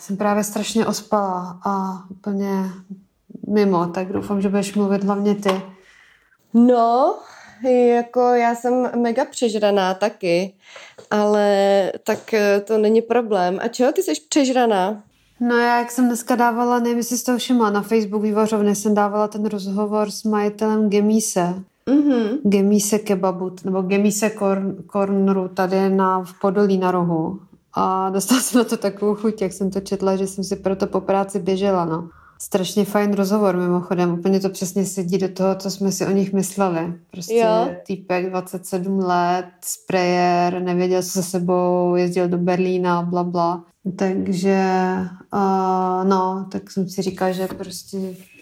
Jsem právě strašně ospalá a úplně mimo, tak doufám, že budeš mluvit hlavně ty. No, jako já jsem mega přežraná taky, ale tak to není problém. A čeho ty jsi přežraná? No já, jak jsem dneska dávala, nevím, jestli jsi toho všimla, na Facebook Vývařovny jsem dávala ten rozhovor s majitelem Gemise. Gemise kebabu, nebo Gemise corneru tady v Podolí na rohu. A dostala jsem na to takovou chuť, jak jsem to četla, že jsem si proto po práci běžela, no. Strašně fajn rozhovor mimochodem, úplně to přesně sedí do toho, co jsme si o nich mysleli. Prostě jo. Týpek 27 let, sprayer, nevěděl, co se sebou, jezdil do Berlína, blabla. Takže, no, tak jsem si říkala, že prostě,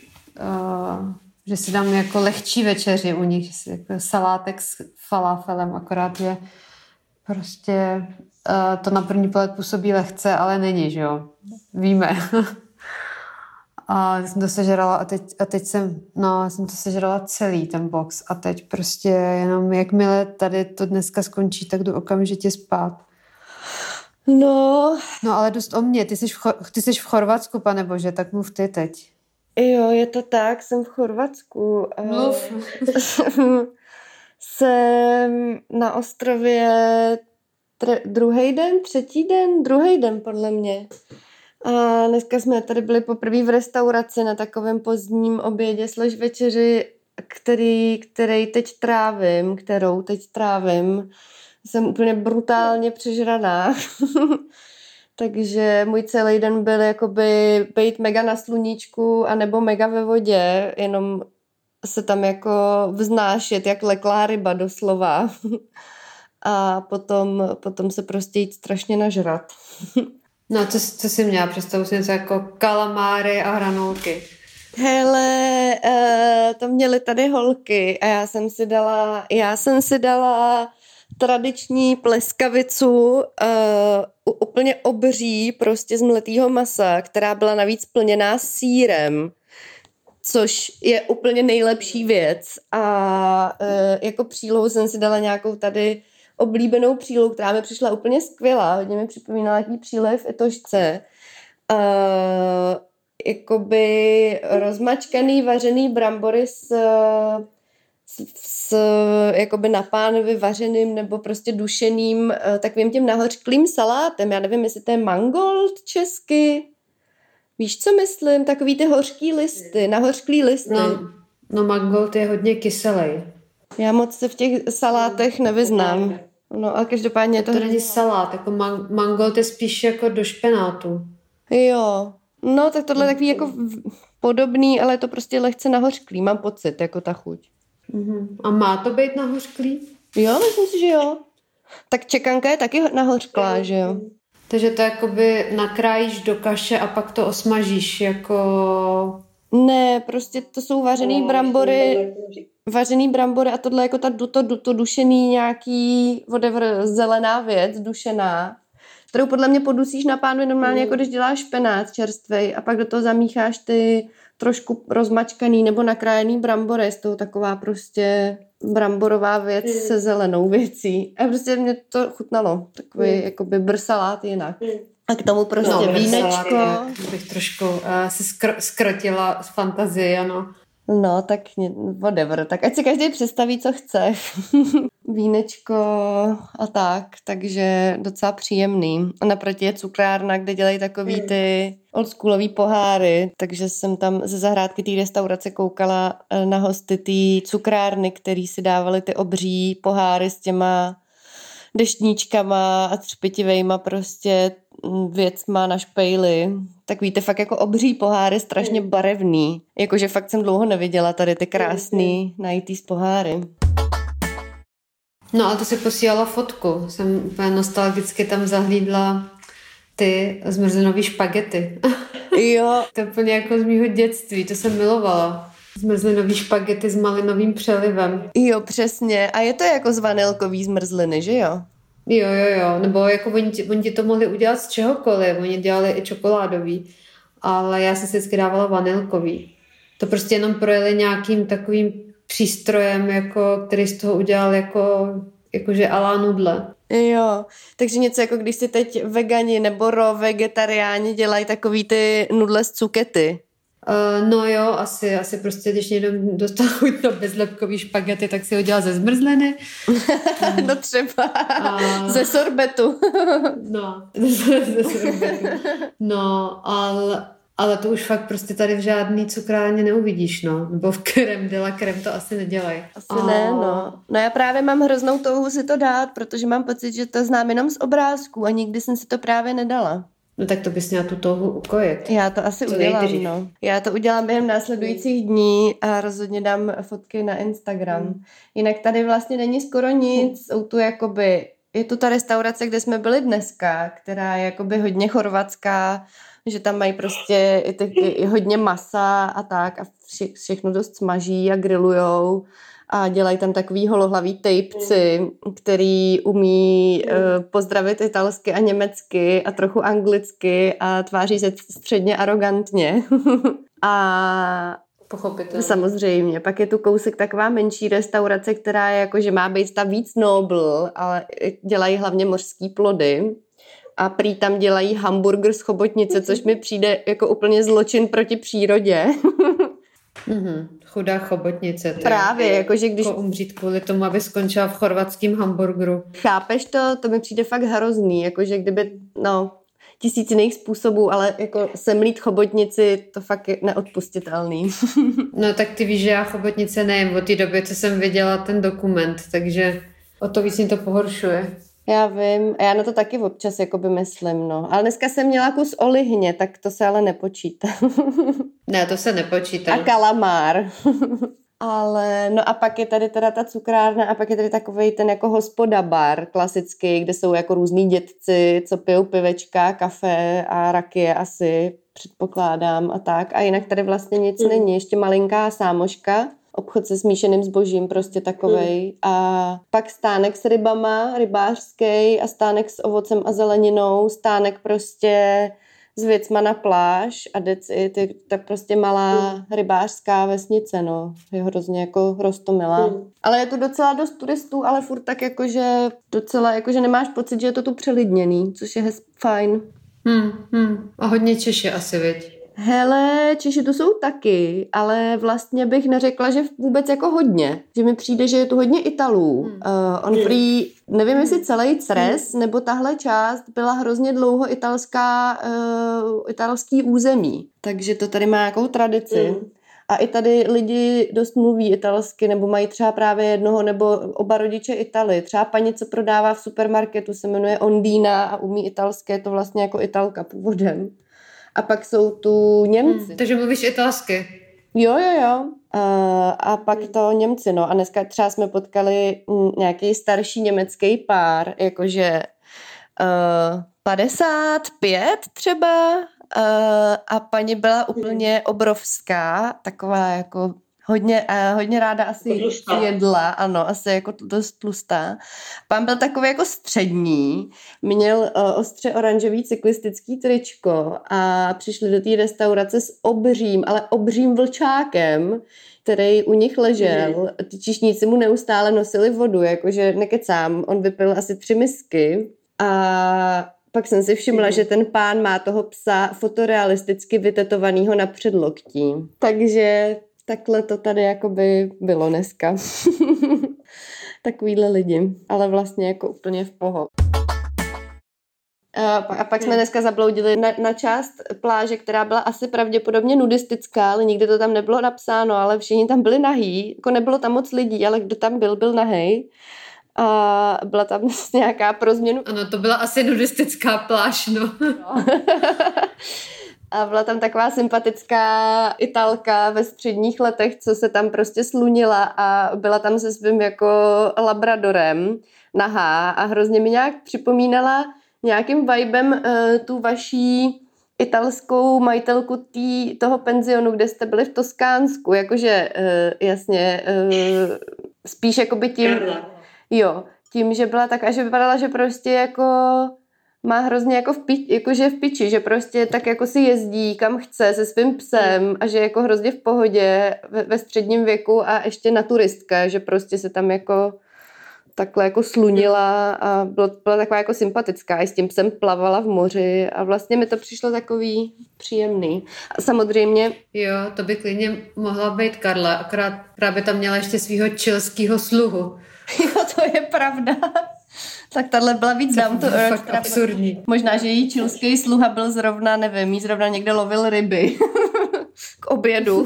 že si dám jako lehčí večeři u nich, že si jako salátek s faláfelem, akorát je prostě, to na první pohled působí lehce, ale není, že jo, víme. A jsem to sežrala a teď jsem to sežrala celý ten box a teď prostě jenom jakmile tady to dneska skončí, tak jdu okamžitě spát. No, ale dost o mě. Ty jsi v Chorvatsku, panebože, tak mluv ty teď. Jo, je to tak, jsem v Chorvatsku. Mluv. Jsem na ostrově druhý den podle mě. A dneska jsme tady byli poprvé v restauraci na takovém pozdním obědě / večeři, kterou teď trávím. Jsem úplně brutálně přežraná. Takže můj celý den byl jakoby být mega na sluníčku anebo mega ve vodě, jenom se tam jako vznášet jak leklá ryba doslova. A potom se prostě jít strašně nažrat. No, co jsi měla? Představu si něco jako kalamáry a hranolky. Hele, to měly tady holky a já jsem si dala tradiční pleskavicu, úplně obří, prostě z mletýho masa, která byla navíc plněná sýrem, což je úplně nejlepší věc. A jako přílohu jsem si dala nějakou tady oblíbenou přílohu, která mi přišla úplně skvělá. Hodně mi připomínala jaký přílev v etošce. Jakoby rozmačkaný vařený brambory s jakoby na pánvi vařeným nebo prostě dušeným takovým tím nahořklým salátem. Já nevím, jestli to je mangold česky. Víš, co myslím? Takový ty hořký listy, nahořklý listy. No mangold je hodně kyselý. Já moc se v těch salátech nevyznám. No a každopádně to není salát, jako mangold je spíš jako do špenátu. Jo, no tak tohle je takový jako podobný, ale je to prostě lehce nahořklý, mám pocit, jako ta chuť. A má to být nahořklý? Jo, myslím si, že jo. Tak čekanka je taky nahořklá, že jo. Takže to jakoby nakrájíš do kaše a pak to osmažíš jako... Ne, prostě to jsou vařený brambory a tohle jako to dušený nějaký whatever, zelená věc, dušená, kterou podle mě podusíš na pánvi normálně, jako když děláš špenát čerstvej a pak do toho zamícháš ty trošku rozmačkaný nebo nakrájený brambory, z toho taková prostě bramborová věc se zelenou věcí. A prostě mě to chutnalo, takový jakoby brsalát jinak. A k tomu prostě vínečko. Bych trošku si skrotila z fantazie, ano. No, tak whatever. Tak ať si každý představí, co chce. Vínečko a tak, takže docela příjemný. A naproti je cukrárna, kde dělají takový ty oldschoolový poháry, takže jsem tam ze zahrádky té restaurace koukala na hosty té cukrárny, který si dávali ty obří poháry s těma deštníčkama a třpitivejma prostě věcma na špejli. Tak víte, fakt jako obří poháry, strašně barevný. Jakože fakt jsem dlouho neviděla tady ty krásný najítý z poháry. No a to si posílala fotku. Jsem úplně nostalgicky tam zahlídla ty zmrzlinový špagety. Jo. To je úplně jako z mýho dětství, to jsem milovala. Zmrzlinový špagety s malinovým přelivem. Jo, přesně. A je to jako z vanilkový zmrzliny, že jo? Jo. Nebo jako oni ti to mohli udělat z čehokoliv. Oni dělali i čokoládový. Ale já jsem si vždycky dávala vanilkový. To prostě jenom projeli nějakým takovým přístrojem, jako, který z toho udělal jakože à la nudle. Jo, takže něco jako když si teď vegani nebo vegetariáni dělají takový ty nudle z cukety. No jo, asi prostě, když někdo dostal chuť na bezlepkový špagety, tak si ho dělal ze zmrzliny. No třeba ze sorbetu. No, ze sorbetu. No, ale to už fakt prostě tady v žádný cukrárně neuvidíš, no. Nebo v Crème de la Crème to asi nedělají. Asi ne, no. No já právě mám hroznou touhu si to dát, protože mám pocit, že to znám jenom z obrázků a nikdy jsem si to právě nedala. No tak to bys měla tu touhu ukojit. Já to asi udělám, no. Já to udělám během následujících dní a rozhodně dám fotky na Instagram. Jinak tady vlastně není skoro nic, jsou tu jakoby, je tu ta restaurace, kde jsme byli dneska, která je jakoby hodně chorvatská, že tam mají prostě i hodně masa a tak a všechno dost smaží a grillujou a dělají tam takový holohlavý tejpci, který umí pozdravit italsky a německy a trochu anglicky a tváří se středně arrogantně. A pochopitelně. Samozřejmě. Pak je tu kousek taková menší restaurace, která je jako, že má být ta víc nobl, ale dělají hlavně mořský plody. A prý tam dělají hamburger z chobotnice, což mi přijde jako úplně zločin proti přírodě. Chudá chobotnice. Právě, jakože když... Jako umřít kvůli tomu, aby skončila v chorvatském hamburgeru. Chápeš to? To mi přijde fakt hrozný, jakože kdyby, no, 1000 jiných způsobů, ale jako semlít chobotnici, to fakt je neodpustitelný. No tak ty víš, že já chobotnice nejím od té doby, co jsem viděla ten dokument, takže o to víc mi to pohoršuje. Já vím, a já na to taky občas jakoby myslím, no. Ale dneska jsem měla kus olihně, tak to se ale nepočítá. Ne, to se nepočítá. A kalamár. Ale, no a pak je tady teda ta cukrárna a pak je tady takovej ten jako hospoda bar klasický, kde jsou jako různý dětci, co pijou pivečka, kafe a rakie asi, předpokládám a tak. A jinak tady vlastně nic není, ještě malinká sámoška, obchod se smíšeným zbožím, prostě takovej. A pak stánek s rybama, rybářský a stánek s ovocem a zeleninou, stánek prostě s věcma na pláž a tak prostě malá rybářská vesnice, no. Je hrozně jako roztomilá. Ale je tu docela dost turistů, ale furt tak jakože docela, jakože nemáš pocit, že je to tu přelidněný, což je fajn. A hodně Češi asi, viď? Hele, Češi tu jsou taky, ale vlastně bych neřekla, že vůbec jako hodně. Že mi přijde, že je tu hodně Italů. On prý, nevím jestli celý Cres, nebo tahle část byla hrozně dlouho italský území. Takže to tady má nějakou tradici. A i tady lidi dost mluví italsky, nebo mají třeba právě jednoho nebo oba rodiče Italy. Třeba paní, co prodává v supermarketu, se jmenuje Ondína a umí italské, je to vlastně jako Italka původem. A pak jsou tu Němci. Takže mluvíš italsky? Jo. A pak to Němci, no. A dneska třeba jsme potkali nějaký starší německý pár, jakože 55 třeba. A paní byla úplně obrovská, taková jako hodně ráda asi jedla, ano, asi jako dost tlustá. Pán byl takový jako střední, měl ostře oranžový cyklistický tričko a přišli do té restaurace s obřím vlčákem, který u nich ležel. Ty číšníci mu neustále nosili vodu, jakože nekecám, on vypil asi 3 misky a pak jsem si všimla, že ten pán má toho psa fotorealisticky vytetovanýho na předloktí. Takže takhle to tady jakoby bylo dneska. Takovýhle lidi. Ale vlastně jako úplně v poho. A pak jsme dneska zabloudili na část pláže, která byla asi pravděpodobně nudistická, ale nikdy to tam nebylo napsáno, ale všichni tam byli nahý. Jako nebylo tam moc lidí, ale kdo tam byl nahej. A byla tam nějaká pro změnu. Ano, to byla asi nudistická pláž, no. A byla tam taková sympatická Italka ve středních letech, co se tam prostě slunila a byla tam se svým jako labradorem nahá a hrozně mi nějak připomínala nějakým vibem tu vaší italskou majitelku toho penzionu, kde jste byli v Toskánsku, jakože jasně spíš jakoby tím, že byla tak a že vypadala, že prostě jako má hrozně jako jakože v piči, že prostě tak jako si jezdí kam chce se svým psem a že jako hrozně v pohodě ve středním věku a ještě na turistka, že prostě se tam jako takhle jako slunila a byla taková jako sympatická. I s tím psem plavala v moři a vlastně mi to přišlo takový příjemný. A samozřejmě... Jo, to by klidně mohla být Karla, akorát právě tam měla ještě svýho chilského sluhu. Jo, to je pravda. Tak tahle byla víc down to earth. Fakt absurdní. Možná, že její chilský sluha byl zrovna, nevím, jí zrovna někde lovil ryby k obědu.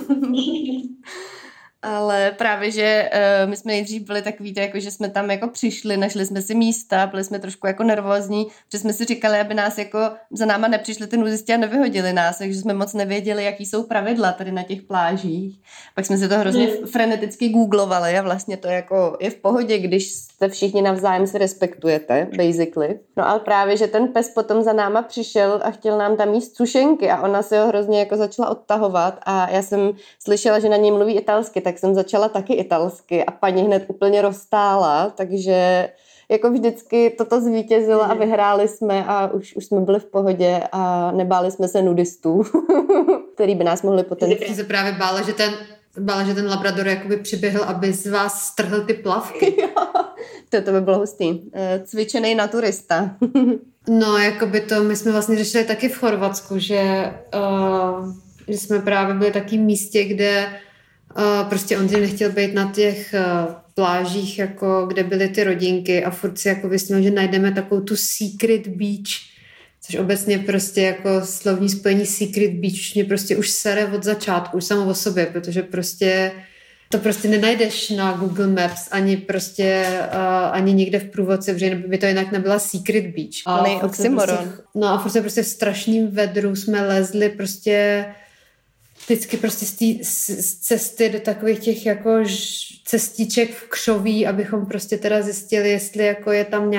Ale právě, že my jsme nejdřív byli takový, jako, že jsme tam jako přišli, našli jsme si místa, byli jsme trošku jako nervózní, protože jsme si říkali, aby nás jako za náma nepřišli ty nudisti a nevyhodili nás, takže jsme moc nevěděli, jaký jsou pravidla tady na těch plážích. Pak jsme si to hrozně freneticky googlovali a vlastně to jako je v pohodě, když jste všichni navzájem si respektujete, basically. No ale právě, že ten pes potom za náma přišel a chtěl nám tam jíst sušenky a ona se ho hrozně jako začala odtahovat a já jsem slyšela, že na něj mluví italsky, tak jsem začala taky italsky a paní hned úplně roztála, takže jako vždycky toto zvítězilo a vyhráli jsme a už jsme byli v pohodě a nebáli jsme se nudistů, který by nás mohli Já se právě bála, že ten labrador jakoby přiběhl, aby z vás strhl ty plavky. To by bylo hustý. Cvičený naturista. No, jakoby to, my jsme vlastně řešili taky v Chorvatsku, že jsme právě byli v takým místě, kde prostě Ondřej nechtěl být na těch plážích, jako kde byly ty rodinky a furt si jako vysněl, že najdeme takovou tu secret beach, což obecně prostě jako slovní spojení secret beach mě prostě už sere od začátku, už samo o sobě, protože prostě to prostě nenajdeš na Google Maps ani prostě ani někde v průvodci, protože by to jinak nebyla secret beach. Oxymoron. No a furt prostě v strašným vedru jsme lezli prostě vždycky prostě z cesty do takových těch jako cestiček v křoví, abychom prostě teda zjistili, jestli jako je tam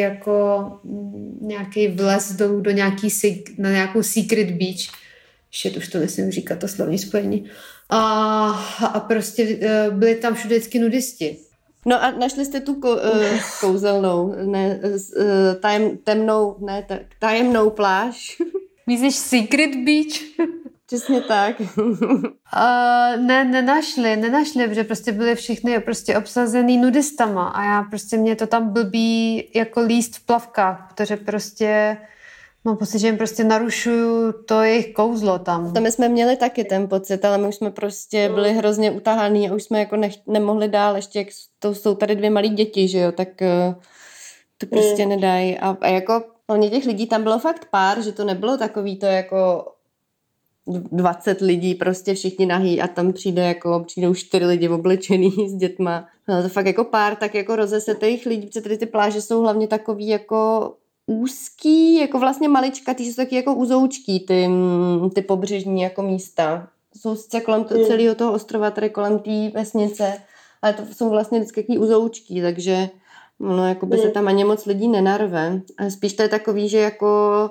nějaký vlez dolů do na nějakou secret beach. Shit, už to nesmím říkat, to slovní spojení. A prostě byli tam všude vždycky nudisti. No a našli jste tu kouzelnou, tajemnou pláž. Myslíš secret beach? Přesně tak. Nenašli, protože prostě byly všechny prostě obsazený nudistama a já prostě mě to tam blbý jako líst v plavkách, protože prostě mám pocit, že jim prostě narušuju to jejich kouzlo tam. To my jsme měli taky ten pocit, ale my už jsme prostě byli hrozně utahaný a už jsme jako nemohli dál, ještě jak to jsou tady 2 malí děti, že jo, tak to prostě nedají. A jako hlavně těch lidí tam bylo fakt pár, že to nebylo takový to jako 20 lidí, prostě všichni nahý a tam přijdou 4 lidi oblečený s dětma. No, to fakt jako pár tak jako rozesetých lidí, protože tady ty pláže jsou hlavně takový jako úzký, jako vlastně maličkatý, jsou taky jako uzoučký ty pobřežní jako místa. Jsou sice kolem celého toho ostrova, tady kolem té vesnice, ale to jsou vlastně vždycky takový uzoučký, takže no, jako by se tam ani moc lidí nenarve. A spíš to je takový, že jako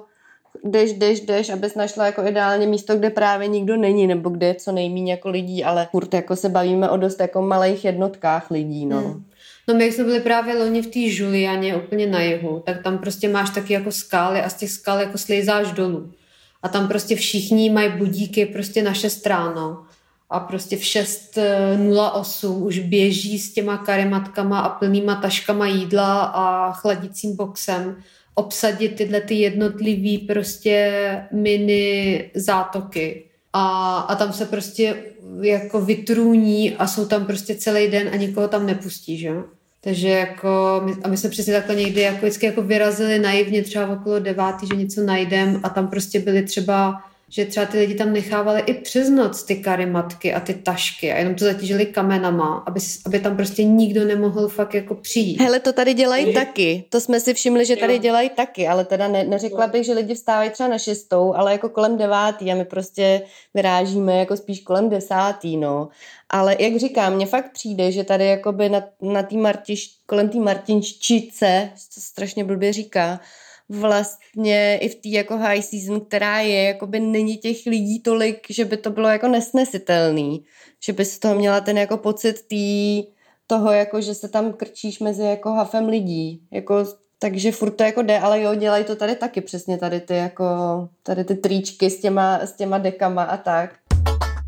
jdeš, abys našla jako ideálně místo, kde právě nikdo není, nebo kde je co nejméně jako lidí, ale furt jako se bavíme o dost jako malých jednotkách lidí, no. No my jsme byli právě loni v té Julianě, úplně na jihu, tak tam prostě máš taky jako skály a z těch skal jako slejzáš dolů. A tam prostě všichni mají budíky prostě na 6 ráno. A prostě v 6:08 už běží s těma karimatkama a plnýma taškama jídla a chladicím boxem obsadit tyhle ty jednotlivý prostě mini zátoky. A tam se prostě jako vytrůní a jsou tam prostě celý den a nikoho tam nepustí, že? Takže jako, a my jsme přesně takhle někdy jako vždycky jako vyrazili naivně třeba okolo 9, že něco najdem a tam prostě byly třeba, že třeba ty lidi tam nechávali i přes noc ty karimatky a ty tašky a jenom to zatížili kamenama, aby tam prostě nikdo nemohl fakt jako přijít. Hele, to tady dělají taky. To jsme si všimli, že tady dělají taky, ale teda neřekla bych, že lidi vstávají třeba na 6, ale jako kolem 9 a my prostě vyrážíme jako spíš kolem 10, no. Ale jak říkám, mně fakt přijde, že tady jakoby na kolem té Martinčice, to strašně blbě říká, vlastně i v té jako high season, která je, jakoby není těch lidí tolik, že by to bylo jako nesnesitelný. Že by z toho měla ten jako pocit toho, jako že se tam krčíš mezi jako hafem lidí. Jako, takže furt to jako jde, ale jo, dělají to tady taky přesně tady ty tričky s těma dekama a tak.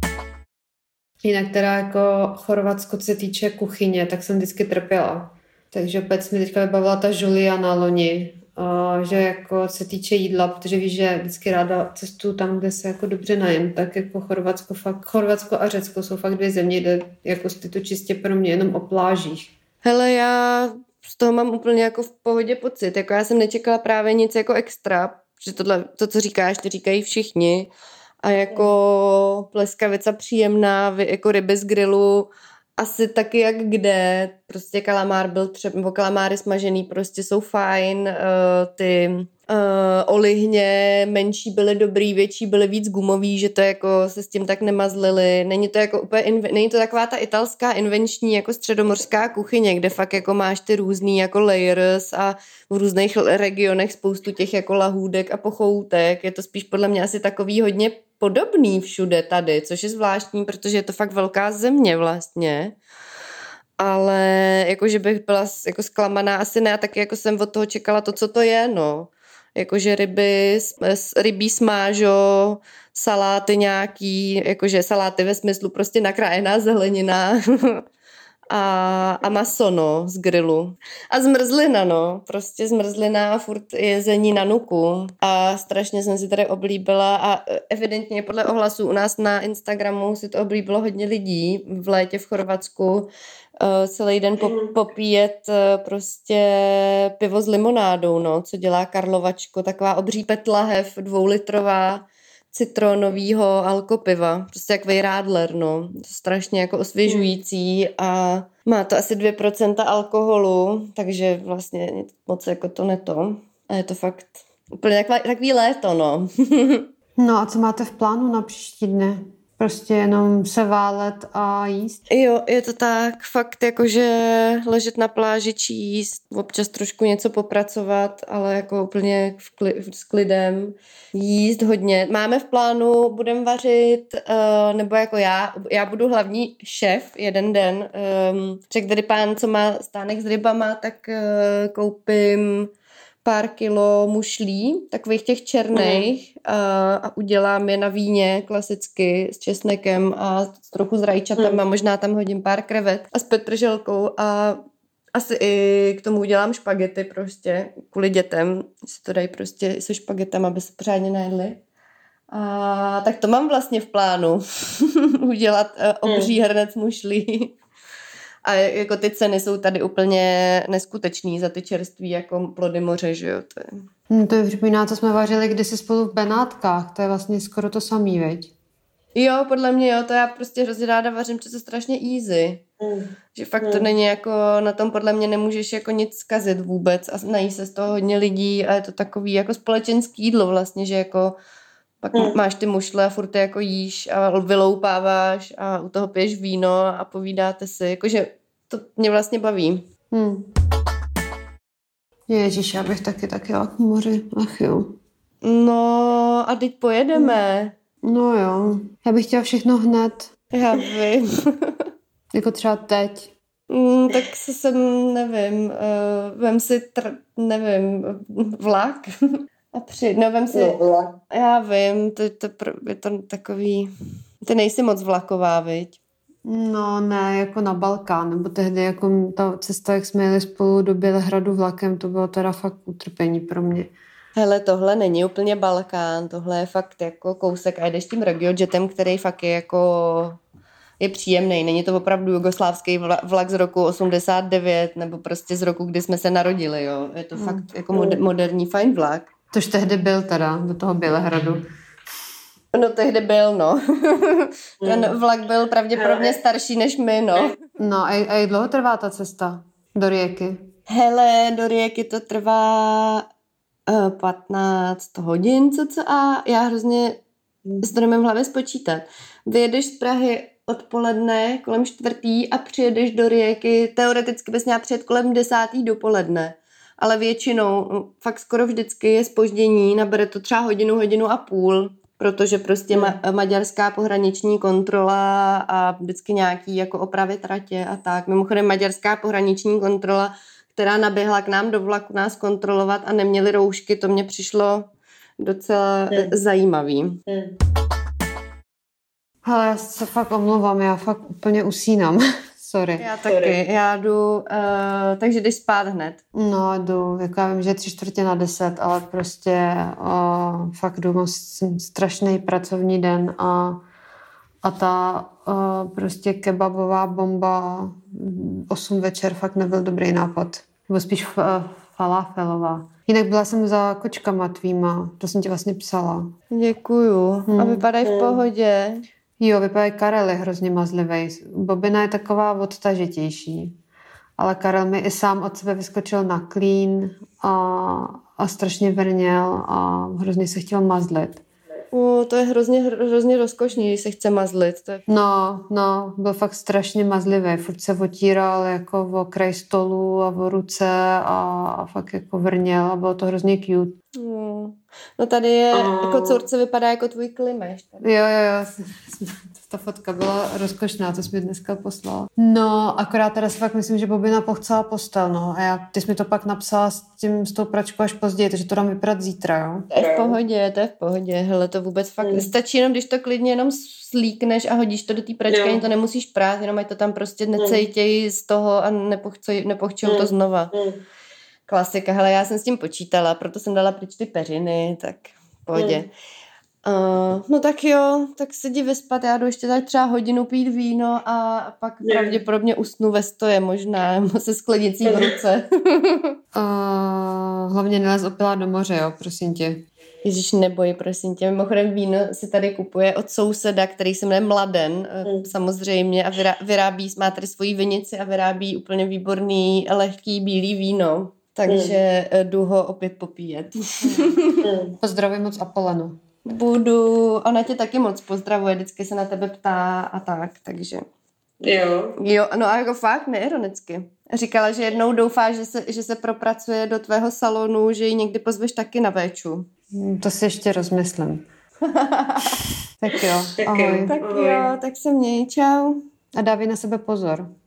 Jinak teda jako Chorvatsko, co se týče kuchyně, tak jsem vždycky trpěla. Takže opět mi teďka vybavila ta Juliana loni, že jako se týče jídla, protože víš, že vždycky ráda cestuju tam, kde se jako dobře najem, tak jako Chorvatsko a Řecko jsou fakt 2 země, kde jako ty to čistě pro mě jenom o plážích. Hele, já z toho mám úplně jako v pohodě pocit, jako já jsem nečekala právě nic jako extra, že to, co říkáš, to říkají všichni a jako pleskavica příjemná, jako ryby z grilu, asi taky jak kde, prostě kalamár byl třeba, nebo kalamáry smažený prostě jsou fajn, ty olihně menší byly dobrý, větší byly víc gumový, že to jako se s tím tak nemazlili. Není to jako úplně, není to taková ta italská invenční jako středomořská kuchyně, kde fakt jako máš ty různý jako layers a v různých regionech spoustu těch jako lahůdek a pochoutek. Je to spíš podle mě asi takový hodně podobný všude tady, což je zvláštní, protože je to fakt velká země vlastně. Ale jakože bych byla jako zklamaná, asi ne, taky jako jsem od toho čekala to, co to je, no. Jakože rybí smážo, saláty nějaký, jakože saláty ve smyslu prostě nakrájená zelenina a maso, no, z grilu. A zmrzlina, no, prostě zmrzlina a furt jezení na nuku. A strašně jsem si tady oblíbila a evidentně podle ohlasů u nás na Instagramu si to oblíbilo hodně lidí v létě v Chorvatsku. Celý den popíjet prostě pivo s limonádou, no, co dělá Karlovačko, taková obří petlahev 2litrová citronovýho alkopiva, prostě jak Radler, no, strašně jako osvěžující a má to asi 2% alkoholu, takže vlastně nic moc jako to neto. A je to fakt úplně takový léto, no. No a co máte v plánu na příští dny? Prostě jenom se válet a jíst? Jo, je to tak, fakt jakože ležet na pláži, číst, občas trošku něco popracovat, ale jako úplně s klidem, jíst hodně. Máme v plánu, budeme vařit, nebo jako já budu hlavní šéf jeden den. Řekl tady pán, co má stánek s rybama, tak koupím pár kilo mušlí, takových těch černých a udělám je na víně klasicky s česnekem a trochu s rajčatem a možná tam hodím pár krevet a s petrželkou a asi i k tomu udělám špagety prostě kvůli dětem, si to dají prostě se špagetem, aby se pořádně najedli. A tak to mám vlastně v plánu udělat obří hrnec mušlí. A jako ty ceny jsou tady úplně neskutečný za ty čerství jako plody moře, že jo. To je připomíná, co jsme vařili kdysi spolu v Benátkách. To je vlastně skoro to samý, veď? Jo, podle mě jo, to já prostě hrozně ráda vařím, že to je strašně easy. Že fakt to není jako, na tom podle mě nemůžeš jako nic zkazit vůbec a nají se z toho hodně lidí a je to takový jako společenský jídlo vlastně, že jako pak máš ty mušle a furt ty jako jíš a vyloupáváš a u toho piješ víno a povídáte si, jakože to mě vlastně baví. Ježiš, já bych taky jela k moři, ach jo. No a teď pojedeme. No jo, já bych chtěla všechno hned. Já vím. Jako třeba teď. Tak nevím, vem si, vlak. Vem si, já vím, je to takový, ty nejsi moc vlaková, viď? No ne, jako na Balkán, nebo tehdy jako ta cesta, jak jsme jeli spolu do Bělehradu vlakem, to bylo teda fakt utrpení pro mě. Hele, tohle není úplně Balkán, tohle je fakt jako kousek a jdeš tím RegioJetem, který fakt je jako, je příjemný. Není to opravdu jugoslávský vlak z roku 89, nebo prostě z roku, kdy jsme se narodili, jo. Je to fakt jako moderní, fajn vlak. Tož tehdy byl teda, do toho Bělehradu. No tehdy byl, no. Ten vlak byl pravděpodobně starší než my, no. No a jak dlouho trvá ta cesta do Rijeky? Hele, do Rijeky to trvá 15 hodin, a já hrozně si to nemám v hlavě spočítat. Vyjedeš z Prahy odpoledne kolem 4 a přijedeš do Rijeky, teoreticky bys měla přijet kolem 10 dopoledne. Ale většinou, fakt skoro vždycky je zpoždění, nabere to třeba hodinu a půl, protože prostě maďarská pohraniční kontrola a vždycky nějaký jako opravy tratě a tak. Mimochodem maďarská pohraniční kontrola, která naběhla k nám do vlaku nás kontrolovat a neměli roušky, to mně přišlo docela zajímavý. Hele, já se fakt omlouvám, já fakt úplně usínám. Sorry. Já taky, já jdu, takže jdeš spát hned. No, jdu, jako já vím, že je 9:45, ale prostě fakt jdu, mám strašný pracovní den a ta prostě kebabová bomba 8 večer fakt nebyl dobrý nápad. Nebo spíš falafelová. Jinak byla jsem za kočkama tvýma, to jsem ti vlastně psala. Děkuju. A vypadají v pohodě. Jo, vypadají. Karel je hrozně mazlivý. Bobina je taková odtažitější. Ale Karel mi i sám od sebe vyskočil na klín a strašně vrněl a hrozně se chtěl mazlit. To je hrozně rozkošný, když se chce mazlit. To je... No, byl fakt strašně mazlivý. Furt se otíral jako o kraj stolu a o ruce a fakt jako vrněl a bylo to hrozně cute. No tady je, jako curce vypadá jako tvůj Klimeš. Jo. Ta fotka byla rozkošná, to jsi mi dneska poslala. No, akorát teda si fakt myslím, že Bobina pochcela postel, no. A ty jsi mi to pak napsala s tou pračkou až později, takže to dám vyprat zítra, jo? To je v pohodě. Hele, to vůbec fakt stačí jenom, když to klidně jenom slíkneš a hodíš to do té pračky, ani to nemusíš prát, jenom ať to tam prostě necejtějí z toho a nepochčou to znova. Klasika. Hele, já jsem s tím počítala, proto jsem dala pryč ty peřiny, tak v pohodě. No tak jo, tak se jdi vyspat, já jdu ještě tady třeba hodinu pít víno a pak pravděpodobně usnu ve stoje možná, se sklenicí v ruce. Hlavně nelez opilá do moře, jo, prosím tě. Ježiš, neboj, prosím tě. Mimochodem víno si tady kupuje od souseda, který se jmenuje Mladen, samozřejmě, a má tady svoji vinici a vyrábí úplně výborný, lehký bílý víno. Takže jdu ho opět popíjet. Pozdravuji moc Apolenu. Budu, ona tě taky moc pozdravuje, vždycky se na tebe ptá a tak, takže. Jo, no a jako fakt, neironicky. Říkala, že jednou doufá, že se propracuje do tvého salonu, že ji někdy pozveš taky na véču. To si ještě rozmyslím. Tak jo, ahoj. Tak jo, tak se měj, čau. A dávej na sebe pozor.